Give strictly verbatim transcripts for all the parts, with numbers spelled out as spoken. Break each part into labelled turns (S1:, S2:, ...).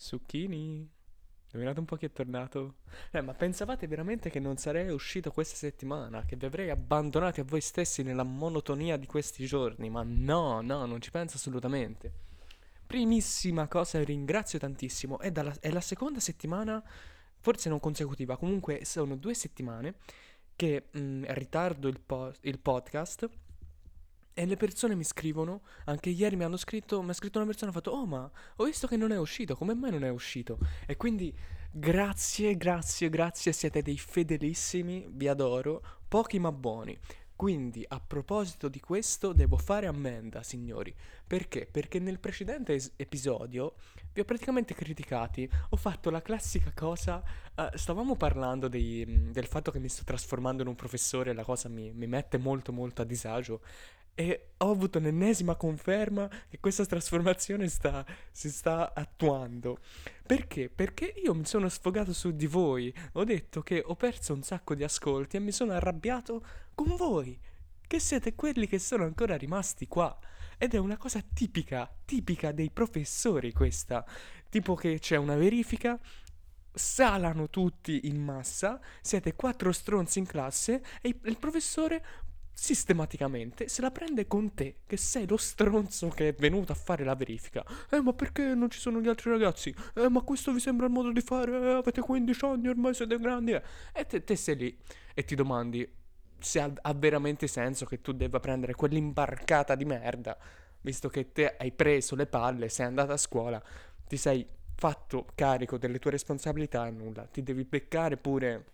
S1: Zucchini. Indovinate un po' chi è tornato? Eh, ma pensavate veramente che non sarei uscito questa settimana? Che vi avrei abbandonati a voi stessi nella monotonia di questi giorni? Ma no, no, non ci penso assolutamente. Primissima cosa, ringrazio tantissimo. È, dalla- è la seconda settimana, forse non consecutiva, comunque sono due settimane che mm, ritardo il, po- il podcast e le persone mi scrivono, anche ieri mi hanno scritto, mi ha scritto una persona, ha fatto, oh ma ho visto che non è uscito, come mai non è uscito? E quindi grazie, grazie, grazie, siete dei fedelissimi, vi adoro, pochi ma buoni. Quindi a proposito di questo devo fare ammenda, signori. Perché? Perché nel precedente es- episodio vi ho praticamente criticati, ho fatto la classica cosa, eh, stavamo parlando dei- del fatto che mi sto trasformando in un professore, la cosa mi, mi mette molto molto a disagio. E ho avuto l'ennesima conferma che questa trasformazione sta, si sta attuando. Perché? Perché io mi sono sfogato su di voi. Ho detto che ho perso un sacco di ascolti e mi sono arrabbiato con voi. Che siete quelli che sono ancora rimasti qua. Ed è una cosa tipica, tipica dei professori questa. Tipo che c'è una verifica, salano tutti in massa, siete quattro stronzi in classe e il il professore sistematicamente se la prende con te, che sei lo stronzo che è venuto a fare la verifica. Eh, ma perché non ci sono gli altri ragazzi? Eh, ma questo vi sembra il modo di fare? Eh, avete quindici anni, ormai siete grandi. eh." E te, te sei lì e ti domandi se ha, ha veramente senso che tu debba prendere quell'imbarcata di merda, visto che te hai preso le palle, sei andata a scuola, ti sei fatto carico delle tue responsabilità e nulla. Ti devi beccare pure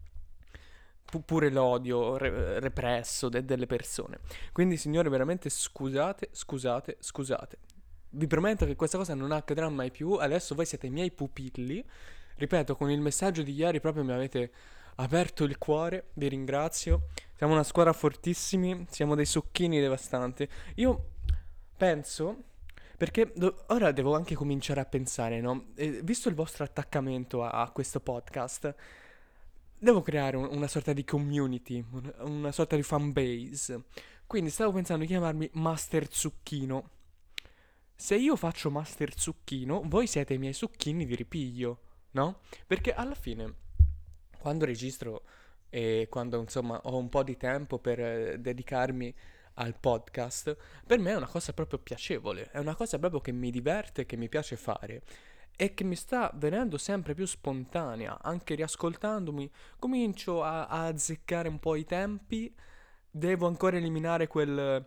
S1: pu- pure l'odio re- represso de- delle persone. Quindi, signore, veramente scusate, scusate, scusate. Vi prometto che questa cosa non accadrà mai più. Adesso voi siete i miei pupilli. Ripeto, con il messaggio di ieri proprio mi avete aperto il cuore. Vi ringrazio. Siamo una squadra fortissimi. Siamo dei succhini devastanti. Io penso. Perché do- ora devo anche cominciare a pensare, no? Eh, visto il vostro attaccamento a, a questo podcast, devo creare un- una sorta di community, un- una sorta di fan base. Quindi stavo pensando di chiamarmi Master Zucchino. Se io faccio Master Zucchino, voi siete i miei zucchini di ripiglio, no? Perché alla fine, quando registro e quando insomma ho un po' di tempo per eh, dedicarmi al podcast, per me è una cosa proprio piacevole, è una cosa proprio che mi diverte, che mi piace fare e che mi sta venendo sempre più spontanea, anche riascoltandomi, comincio a, a azzeccare un po' i tempi, devo ancora eliminare quel...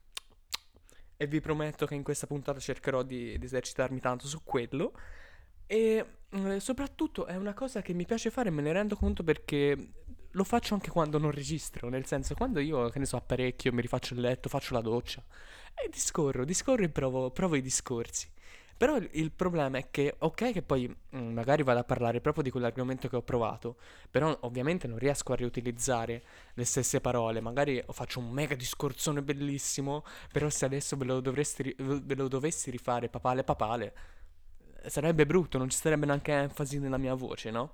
S1: e vi prometto che in questa puntata cercherò di, di esercitarmi tanto su quello. E eh, soprattutto è una cosa che mi piace fare, me ne rendo conto perché lo faccio anche quando non registro, nel senso quando io, che ne so, apparecchio, mi rifaccio il letto, faccio la doccia e discorro, discorro e provo, provo i discorsi. Però il, il problema è che, ok, che poi mm, magari vado a parlare proprio di quell'argomento che ho provato, però ovviamente non riesco a riutilizzare le stesse parole. Magari faccio un mega discorsone bellissimo, però se adesso ve lo, dovresti, ri- ve lo dovessi rifare papale papale, eh, sarebbe brutto, non ci sarebbe neanche enfasi nella mia voce, no?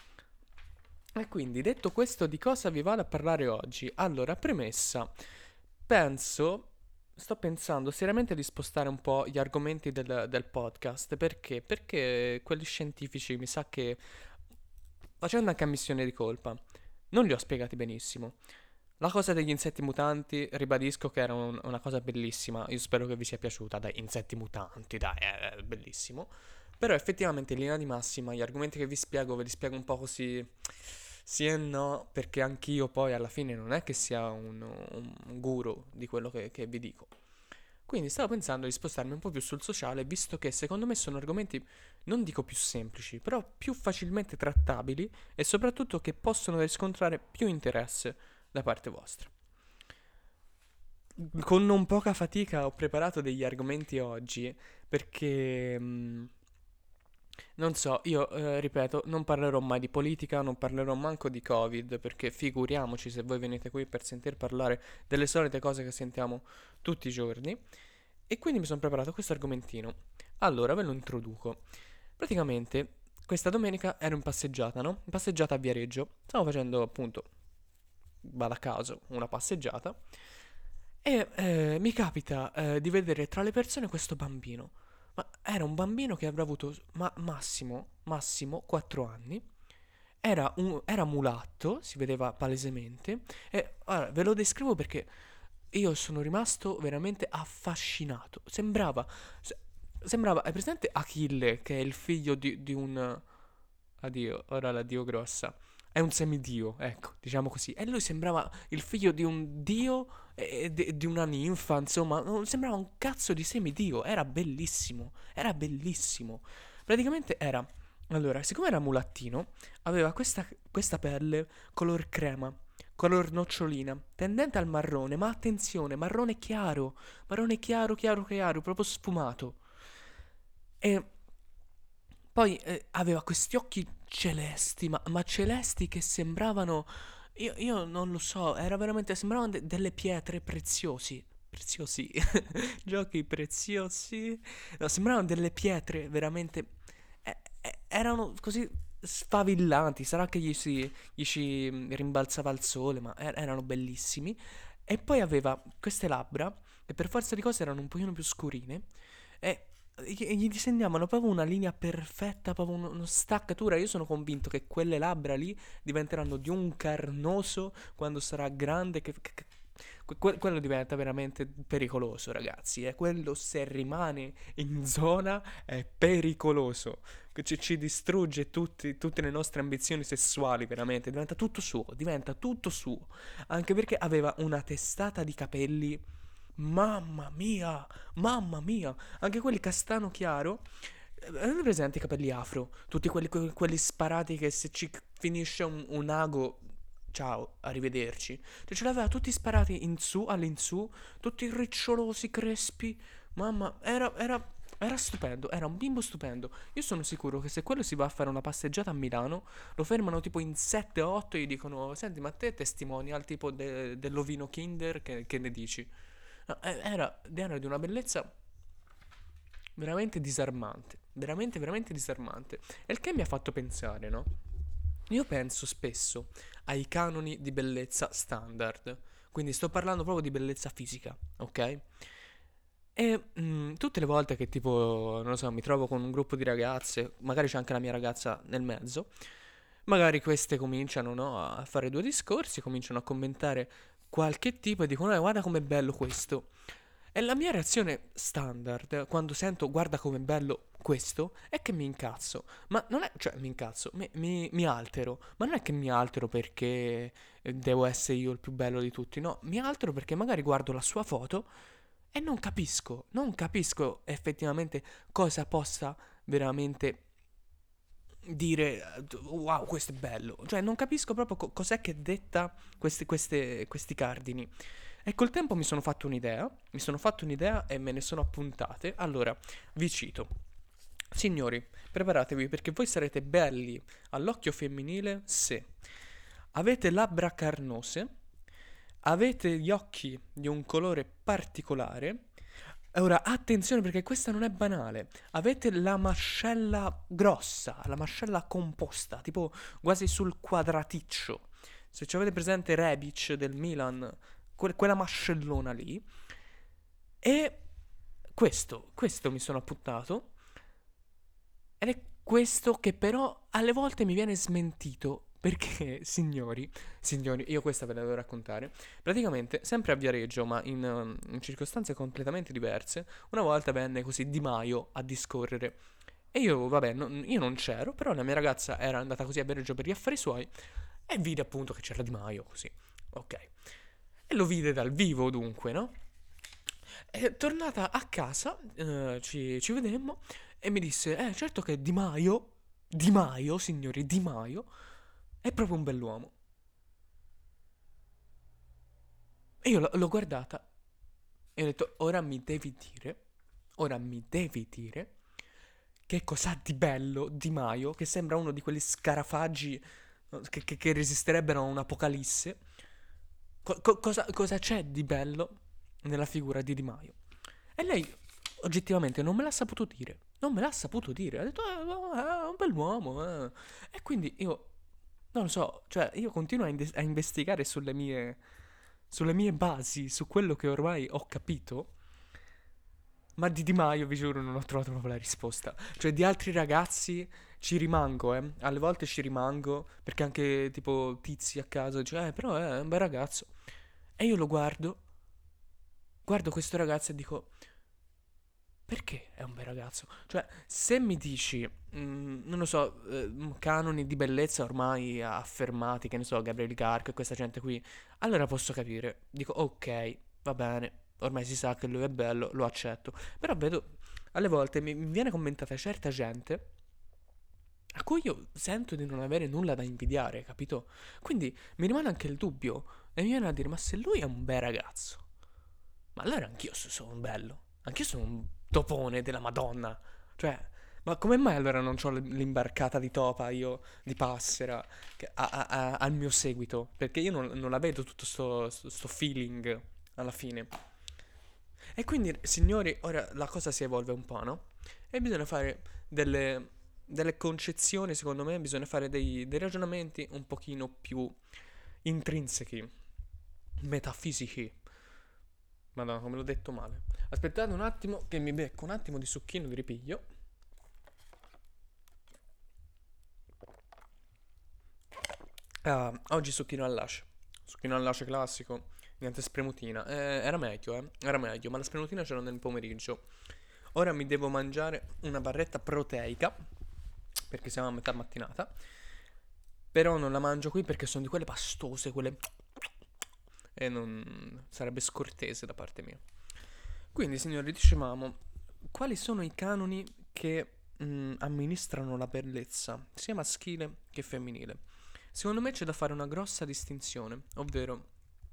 S1: E quindi, detto questo, di cosa vi vado a parlare oggi? Allora, premessa, penso, sto pensando seriamente di spostare un po' gli argomenti del, del podcast, perché? Perché quelli scientifici mi sa che, facendo anche ammissione di colpa, non li ho spiegati benissimo. La cosa degli insetti mutanti, ribadisco che era un- una cosa bellissima, io spero che vi sia piaciuta, dai, insetti mutanti, dai, è, è bellissimo. Però effettivamente in linea di massima gli argomenti che vi spiego ve li spiego un po' così sì e no, perché anch'io poi alla fine non è che sia un, un guru di quello che, che vi dico. Quindi stavo pensando di spostarmi un po' più sul sociale, visto che secondo me sono argomenti, non dico più semplici, però più facilmente trattabili e soprattutto che possono riscontrare più interesse da parte vostra. Con non poca fatica ho preparato degli argomenti oggi perché mh, non so, io eh, ripeto, non parlerò mai di politica, non parlerò manco di Covid, perché figuriamoci se voi venite qui per sentir parlare delle solite cose che sentiamo tutti i giorni. E quindi mi sono preparato questo argomentino. Allora, ve lo introduco. Praticamente, questa domenica ero in passeggiata, no? In passeggiata a Viareggio. Stavo facendo appunto, vado a caso, una passeggiata. E eh, mi capita eh, di vedere tra le persone questo bambino. Ma era un bambino che avrà avuto ma- massimo, massimo quattro anni. Era, un, era mulatto, si vedeva palesemente. E ora ve lo descrivo perché io sono rimasto veramente affascinato. Sembrava. se- sembrava. Hai presente Achille, che è il figlio di, di un. Addio, ora la dio grossa. È un semidio, ecco, diciamo così. E lui sembrava il figlio di un dio e di, di una ninfa, insomma, non- sembrava un cazzo di semidio. Era bellissimo, era bellissimo. Praticamente era. Allora, siccome era mulattino, aveva questa, questa pelle color crema, color nocciolina, tendente al marrone, ma attenzione, marrone chiaro, marrone chiaro, chiaro, chiaro, proprio sfumato. E poi eh, aveva questi occhi celesti, ma, ma celesti che sembravano. Io, io non lo so, era veramente. Sembravano de- delle pietre preziosi. Preziosi. Giochi preziosi. No, sembravano delle pietre veramente. eh, eh, erano così sfavillanti. Sarà che gli si, gli si mm, rimbalzava il sole, ma er- erano bellissimi. E poi aveva queste labbra che per forza di cose erano un pochino più scurine. E gli gli disegnavano proprio una linea perfetta, proprio uno- una staccatura. Io sono convinto che quelle labbra lì diventeranno di un carnoso quando sarà grande. Che, che- che- que- que- quello diventa veramente pericoloso, ragazzi. E quello, se rimane in zona, è pericoloso. Che Ci, ci distrugge tutti- tutte le nostre ambizioni sessuali, veramente. Diventa tutto suo, diventa tutto suo. Anche perché aveva una testata di capelli. Mamma mia, mamma mia, anche quelli castano chiaro. Eh, Avete presente i capelli afro? Tutti quelli, que- quelli sparati che se ci finisce un, un ago, ciao, arrivederci. Cioè ce l'aveva tutti sparati in su, all'insù, tutti ricciolosi, crespi. Mamma, era, era, era stupendo, era un bimbo stupendo. Io sono sicuro che se quello si va a fare una passeggiata a Milano, lo fermano tipo in sette o otto e gli dicono: Senti, ma te testimonial tipo de- dell'ovino Kinder, che, che ne dici? No, eh, era, era di una bellezza veramente disarmante, veramente, veramente disarmante. E il che mi ha fatto pensare, no? Io penso spesso ai canoni di bellezza standard, quindi sto parlando proprio di bellezza fisica, ok? E mm, tutte le volte che tipo, non lo so, mi trovo con un gruppo di ragazze, magari c'è anche la mia ragazza nel mezzo, magari queste cominciano, no, a fare due discorsi, cominciano a commentare qualche tipo e dicono: "Eh, guarda com'è bello questo." E la mia reazione standard quando sento guarda com'è bello questo è che mi incazzo. Ma non è, cioè mi incazzo, mi, mi- mi altero. Ma non è che mi altero perché eh, devo essere io il più bello di tutti, no, mi altero perché magari guardo la sua foto e non capisco, non capisco effettivamente cosa possa veramente dire eh, wow, questo è bello. Cioè non capisco proprio co- cos'è che detta questi, queste- questi cardini. E col tempo mi sono fatto un'idea, mi sono fatto un'idea e me ne sono appuntate. Allora, vi cito. Signori, preparatevi perché voi sarete belli all'occhio femminile se avete labbra carnose, avete gli occhi di un colore particolare. Ora, attenzione perché questa non è banale. Avete la mascella grossa, la mascella composta, tipo quasi sul quadraticcio. Se ci avete presente Rebic del Milan, que- quella mascellona lì. E questo, questo mi sono appuntato. Ed è questo che però alle volte mi viene smentito. Perché, signori, signori, io questa ve la devo raccontare. Praticamente, sempre a Viareggio, ma in, um, in circostanze completamente diverse, una volta venne così Di Maio a discorrere. E io, vabbè, non- io non c'ero, però la mia ragazza era andata così a Viareggio per gli affari suoi e vide appunto che c'era Di Maio, così. Ok. E lo vide dal vivo, dunque, no? E tornata a casa, eh, ci, ci vedemmo e mi disse: Eh, certo che Di Maio, Di Maio, signori, Di Maio, è proprio un bell'uomo. E io l- l'ho guardata e ho detto: Ora mi devi dire, ora mi devi dire che cos'ha di bello Di Maio, che sembra uno di quegli scarafaggi eh, che, che- che resisterebbero a un'apocalisse. Co- co- cosa, cosa c'è di bello nella figura di Di Maio? E lei oggettivamente non me l'ha saputo dire. Non me l'ha saputo dire. Ha detto: "Eh, no, è un bell'uomo." eh." E quindi io non lo so, cioè io continuo a, inde- a investigare sulle mie, sulle mie basi, su quello che ormai ho capito. Ma di Di Maio, vi giuro, non ho trovato proprio la risposta. Cioè, di altri ragazzi ci rimango, eh. Alle volte ci rimango, perché anche, tipo, tizi a caso dice, eh, però è un bel ragazzo. E io lo guardo, guardo questo ragazzo e dico, perché è un bel ragazzo? Cioè, se mi dici, mm, non lo so, eh, canoni di bellezza ormai affermati, che ne so, Gabriele Garco e questa gente qui, allora posso capire. Dico, ok, va bene, ormai si sa che lui è bello, lo accetto. Però vedo, alle volte mi, mi viene commentata certa gente a cui io sento di non avere nulla da invidiare, capito? Quindi mi rimane anche il dubbio e mi viene a dire, ma se lui è un bel ragazzo, ma allora anch'io so- sono un bello. Anch'io sono un topone della Madonna. Cioè, ma come mai allora non ho l'imbarcata di topa io, di Passera, che- a- a- a- al mio seguito? Perché io non, non la vedo tutto sto, sto, sto feeling alla fine. E quindi, signori, ora la cosa si evolve un po', no? E bisogna fare delle, delle concezioni, secondo me, bisogna fare dei, dei ragionamenti un pochino più intrinsechi, metafisici. Madonna, come l'ho detto male. Aspettate un attimo che mi becco un attimo di succhino di ripiglio. Ah, oggi succhino all'ace. Succhino all'ace classico, niente spremutina. Eh, era meglio, eh. Era meglio, ma la spremutina c'era nel pomeriggio. Ora mi devo mangiare una barretta proteica, perché siamo a metà mattinata. Però non la mangio qui perché sono di quelle pastose, quelle... E non sarebbe scortese da parte mia. Quindi, signori, dicevamo, quali sono i canoni che mm, amministrano la bellezza, sia maschile che femminile? Secondo me c'è da fare una grossa distinzione, ovvero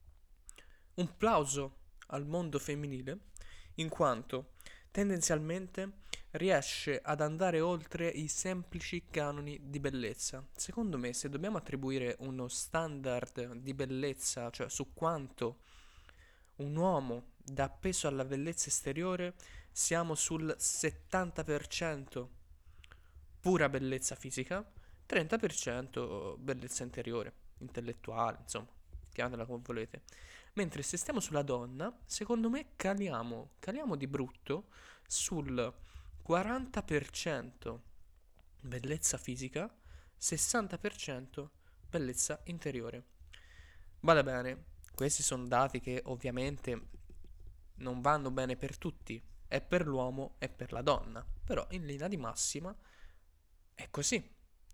S1: un plauso al mondo femminile, in quanto tendenzialmente riesce ad andare oltre i semplici canoni di bellezza. Secondo me, se dobbiamo attribuire uno standard di bellezza, cioè su quanto un uomo dà peso alla bellezza esteriore, siamo sul settanta per cento pura bellezza fisica, trenta per cento bellezza interiore, intellettuale, insomma, chiamatela come volete. Mentre se stiamo sulla donna, secondo me caliamo, caliamo di brutto sul quaranta per cento bellezza fisica, sessanta per cento bellezza interiore. Vale bene, questi sono dati che ovviamente non vanno bene per tutti, è per l'uomo e per la donna, però in linea di massima è così.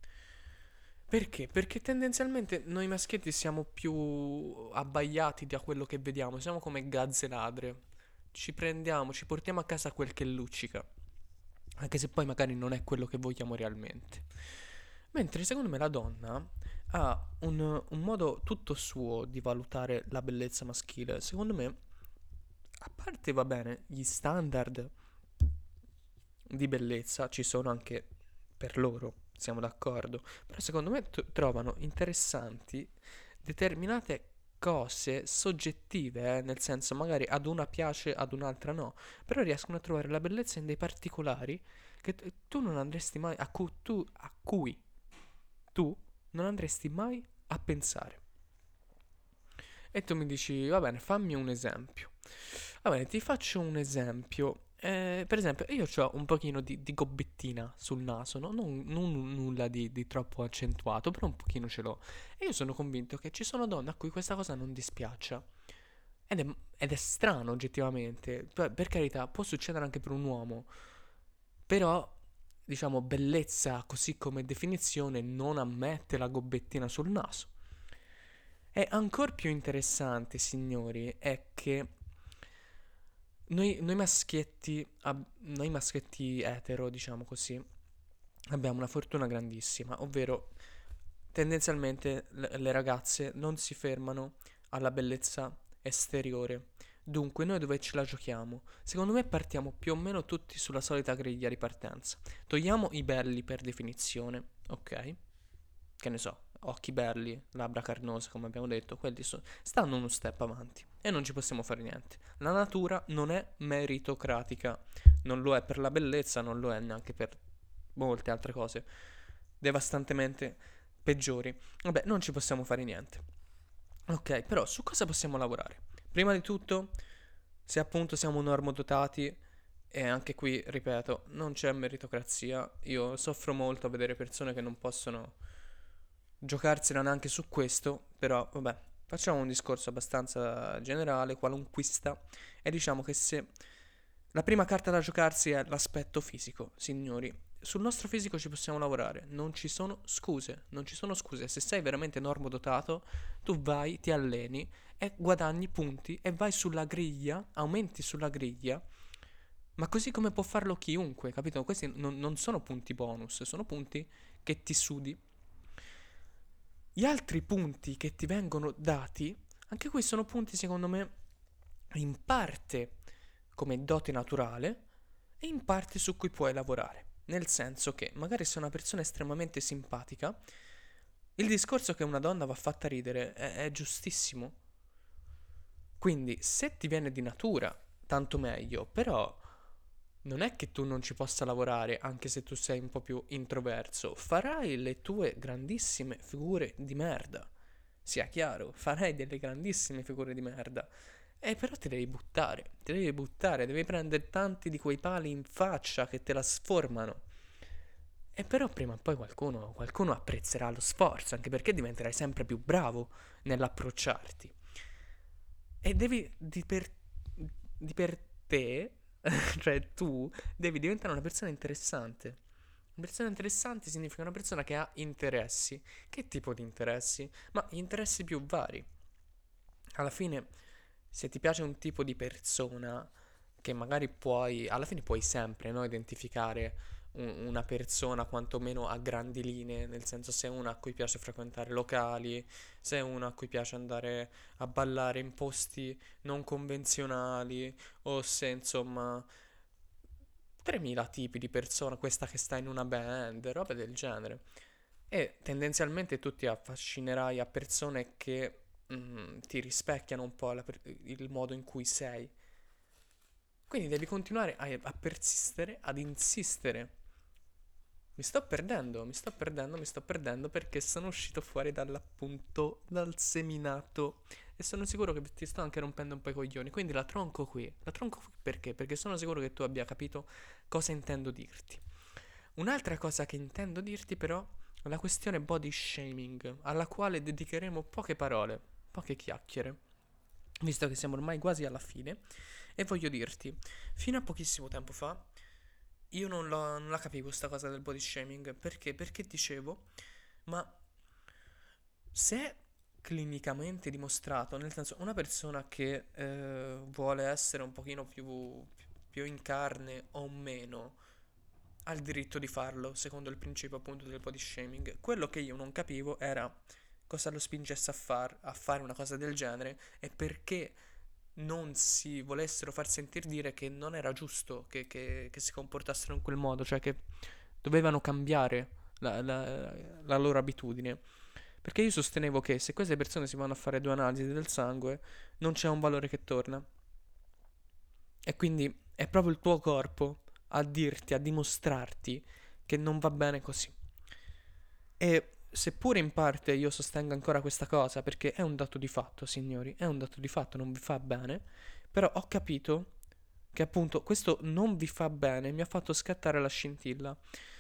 S1: Perché? Perché tendenzialmente noi maschietti siamo più abbaiati da quello che vediamo, siamo come gazze ladre. Ci prendiamo, ci portiamo a casa quel che luccica, anche se poi magari non è quello che vogliamo realmente. Mentre secondo me la donna ha un, un modo tutto suo di valutare la bellezza maschile. Secondo me, a parte va bene, gli standard di bellezza ci sono anche per loro, siamo d'accordo, però secondo me t- trovano interessanti determinate cose soggettive, eh, nel senso magari ad una piace, ad un'altra no, però riescono a trovare la bellezza in dei particolari che t- tu non andresti mai a, cu- tu, a cui tu non andresti mai a pensare. E tu mi dici, va bene, fammi un esempio. Va bene, ti faccio un esempio. Eh, per esempio, io ho un pochino di, di gobbettina sul naso, no? Non, non nulla di, di troppo accentuato, però un pochino ce l'ho. E io sono convinto che ci sono donne a cui questa cosa non dispiaccia. Ed è, ed è strano, oggettivamente. Poi, per carità, può succedere anche per un uomo. Però, diciamo, bellezza, così come definizione, non ammette la gobbettina sul naso. E ancora più interessante, signori, è che noi, noi maschietti, ab- noi maschietti etero, diciamo così, abbiamo una fortuna grandissima, ovvero tendenzialmente le, le ragazze non si fermano alla bellezza esteriore. Dunque, noi dove ce la giochiamo? Secondo me partiamo più o meno tutti sulla solita griglia di partenza. Togliamo i belli per definizione, ok? Che ne so, occhi belli, labbra carnose, come abbiamo detto, quelli so- stanno uno step avanti e non ci possiamo fare niente. La natura non è meritocratica, non lo è per la bellezza, non lo è neanche per molte altre cose devastantemente peggiori. Vabbè, non ci possiamo fare niente. Ok, però su cosa possiamo lavorare? Prima di tutto, se appunto siamo normodotati E anche qui, ripeto, non c'è meritocrazia. Io soffro molto a vedere persone che non possono giocarsela neanche su questo, però vabbè, facciamo un discorso abbastanza generale, qualunquista, e diciamo che se la prima carta da giocarsi è l'aspetto fisico, signori. Sul nostro fisico ci possiamo lavorare, non ci sono scuse, non ci sono scuse. Se sei veramente normodotato, tu vai, ti alleni e guadagni punti e vai sulla griglia, aumenti sulla griglia, ma così come può farlo chiunque, capito? Questi non, non sono punti bonus, sono punti che ti sudi. Gli altri punti che ti vengono dati, anche qui sono punti secondo me in parte come dote naturale e in parte su cui puoi lavorare. Nel senso che magari se una persona è estremamente simpatica, il discorso che una donna va fatta ridere è, è giustissimo. Quindi se ti viene di natura, tanto meglio, però non è che tu non ci possa lavorare anche se tu sei un po' più introverso. Farai le tue grandissime figure di merda. Sia chiaro, farai delle grandissime figure di merda. E però ti devi buttare, ti devi buttare, devi prendere tanti di quei pali in faccia che te la sformano. E però prima o poi qualcuno, qualcuno apprezzerà lo sforzo, anche perché diventerai sempre più bravo nell'approcciarti. E devi di per, di per te, cioè tu, devi diventare una persona interessante. Una persona interessante significa una persona che ha interessi. Che tipo di interessi? Ma interessi più vari. Alla fine, se ti piace un tipo di persona, che magari puoi, alla fine puoi sempre, no, identificare un- una persona quantomeno a grandi linee, nel senso se è una a cui piace frequentare locali, se è una a cui piace andare a ballare in posti non convenzionali, o se insomma tremila tipi di persona, questa che sta in una band, robe del genere. E tendenzialmente tu ti affascinerai a persone che mm, ti rispecchiano un po' la per- il modo in cui sei. Quindi devi continuare a, a persistere, ad insistere. Mi sto perdendo, mi sto perdendo, mi sto perdendo perché sono uscito fuori dall'appunto, dal seminato e sono sicuro che ti sto anche rompendo un po' i coglioni. Quindi la tronco qui. La tronco qui perché? Perché sono sicuro che tu abbia capito cosa intendo dirti. Un'altra cosa che intendo dirti però è la questione body shaming, alla quale dedicheremo poche parole, poche chiacchiere, visto che siamo ormai quasi alla fine. E voglio dirti, fino a pochissimo tempo fa io non, lo- non la capivo sta cosa del body shaming. Perché? Perché dicevo, ma se è clinicamente dimostrato, nel senso una persona che eh, vuole essere un pochino più, più in carne o meno, ha il diritto di farlo, secondo il principio appunto del body shaming. Quello che io non capivo era cosa lo spingesse a, far, a fare una cosa del genere e perché non si volessero far sentire dire che non era giusto che, che- che si comportassero in quel modo, cioè che dovevano cambiare la, la- la loro abitudine. Perché io sostenevo che se queste persone si vanno a fare due analisi del sangue, non c'è un valore che torna. E quindi è proprio il tuo corpo a dirti, a dimostrarti che non va bene così. E seppure in parte io sostengo ancora questa cosa, perché è un dato di fatto, signori, è un dato di fatto, non vi fa bene, però ho capito che appunto questo non vi fa bene, mi ha fatto scattare la scintilla.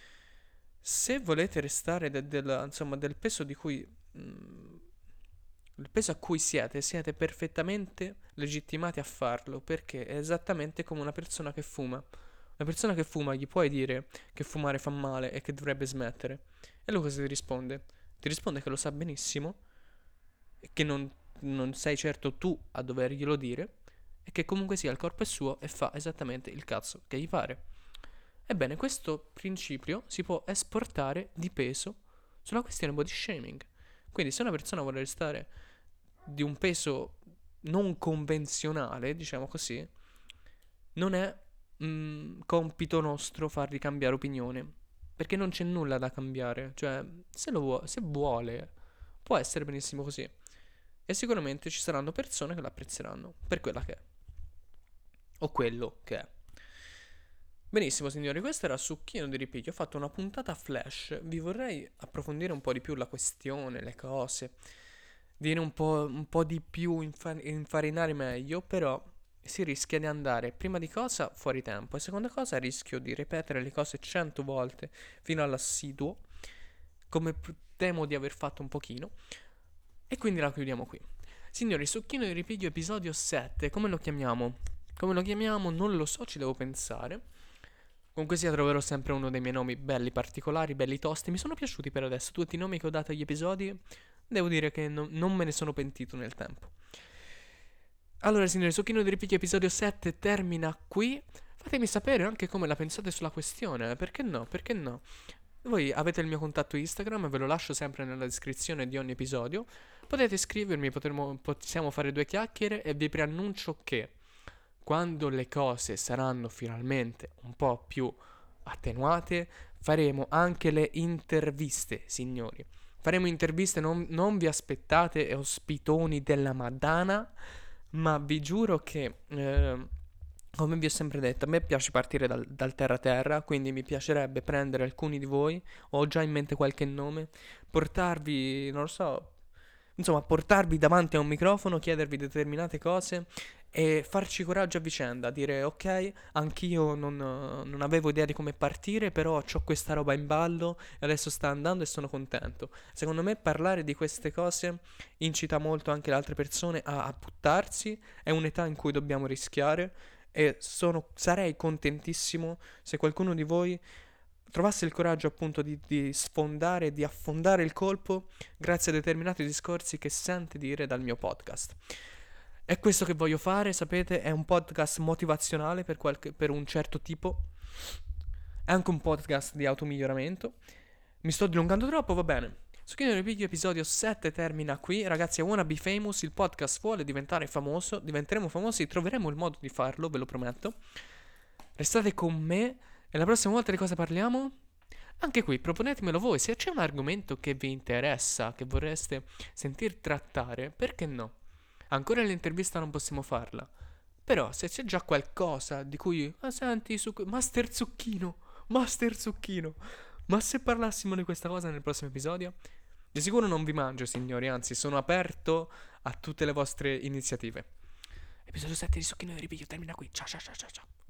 S1: Se volete restare de- del, insomma, del peso di cui... mm, il peso a cui siete, siete perfettamente legittimati a farlo, perché è esattamente come una persona che fuma. Una persona che fuma gli puoi dire che fumare fa male e che dovrebbe smettere. E lui cosa ti risponde? Ti risponde che lo sa benissimo e che non, non sei certo tu a doverglielo dire e che comunque sia il corpo è suo e fa esattamente il cazzo che gli pare. Ebbene, questo principio si può esportare di peso sulla questione body shaming. Quindi se una persona vuole restare di un peso non convenzionale, diciamo così, non è mm, compito nostro fargli cambiare opinione, perché non c'è nulla da cambiare, cioè se, lo vuo- se vuole può essere benissimo così e sicuramente ci saranno persone che l'apprezzeranno per quella che è o quello che è. Benissimo signori, questo era Succhino di Ripiglio, ho fatto una puntata flash, vi vorrei approfondire un po' di più la questione, le cose, dire un po', un po' di più, infa- infarinare meglio, però si rischia di andare, prima di cosa, fuori tempo, e seconda cosa, rischio di ripetere le cose cento volte fino all'assiduo, come p- temo di aver fatto un pochino, e quindi la chiudiamo qui. Signori, Succhino di Ripiglio episodio sette, come lo chiamiamo? Come lo chiamiamo? Non lo so, ci devo pensare. Comunque sia, troverò sempre uno dei miei nomi belli, particolari, belli tosti. Mi sono piaciuti per adesso tutti i nomi che ho dato agli episodi. Devo dire che no- non me ne sono pentito nel tempo. Allora, signori, Succhino di Ripiglio episodio sette termina qui. Fatemi sapere anche come la pensate sulla questione. Perché no? Perché no? Voi avete il mio contatto Instagram, ve lo lascio sempre nella descrizione di ogni episodio. Potete scrivermi, potremo, possiamo fare due chiacchiere e vi preannuncio che quando le cose saranno finalmente un po' più attenuate, faremo anche le interviste, signori. Faremo interviste, non, non vi aspettate ospitoni della Madonna, ma vi giuro che, eh, come vi ho sempre detto, a me piace partire dal, dal terra terra, quindi mi piacerebbe prendere alcuni di voi, ho già in mente qualche nome, portarvi, non lo so, insomma, portarvi davanti a un microfono, chiedervi determinate cose e farci coraggio a vicenda, dire ok, anch'io non, non avevo idea di come partire, però ho questa roba in ballo e adesso sta andando e sono contento. Secondo me parlare di queste cose incita molto anche le altre persone a, a buttarsi, è un'età in cui dobbiamo rischiare e sono, sarei contentissimo se qualcuno di voi trovasse il coraggio appunto di, di sfondare, di affondare il colpo grazie a determinati discorsi che sente dire dal mio podcast. È questo che voglio fare, sapete, è un podcast motivazionale per, qualche, per un certo tipo, è anche un podcast di automiglioramento. Mi sto dilungando troppo, va bene. Succhino di Ripiglio episodio sette termina qui. Ragazzi, I Wanna Be Famous, il podcast vuole diventare famoso, diventeremo famosi, troveremo il modo di farlo, ve lo prometto. Restate con me e la prossima volta di cosa parliamo? Anche qui, proponetemelo voi, se c'è un argomento che vi interessa, che vorreste sentir trattare, perché no? Ancora l'intervista non possiamo farla. Però se c'è già qualcosa di cui... Ah, senti, su... Master Zucchino, Master Zucchino. Ma se parlassimo di questa cosa nel prossimo episodio? Di sicuro non vi mangio, signori, anzi, sono aperto a tutte le vostre iniziative. Episodio sette di Zucchino di Ripiglio termina qui. Ciao ciao ciao ciao ciao.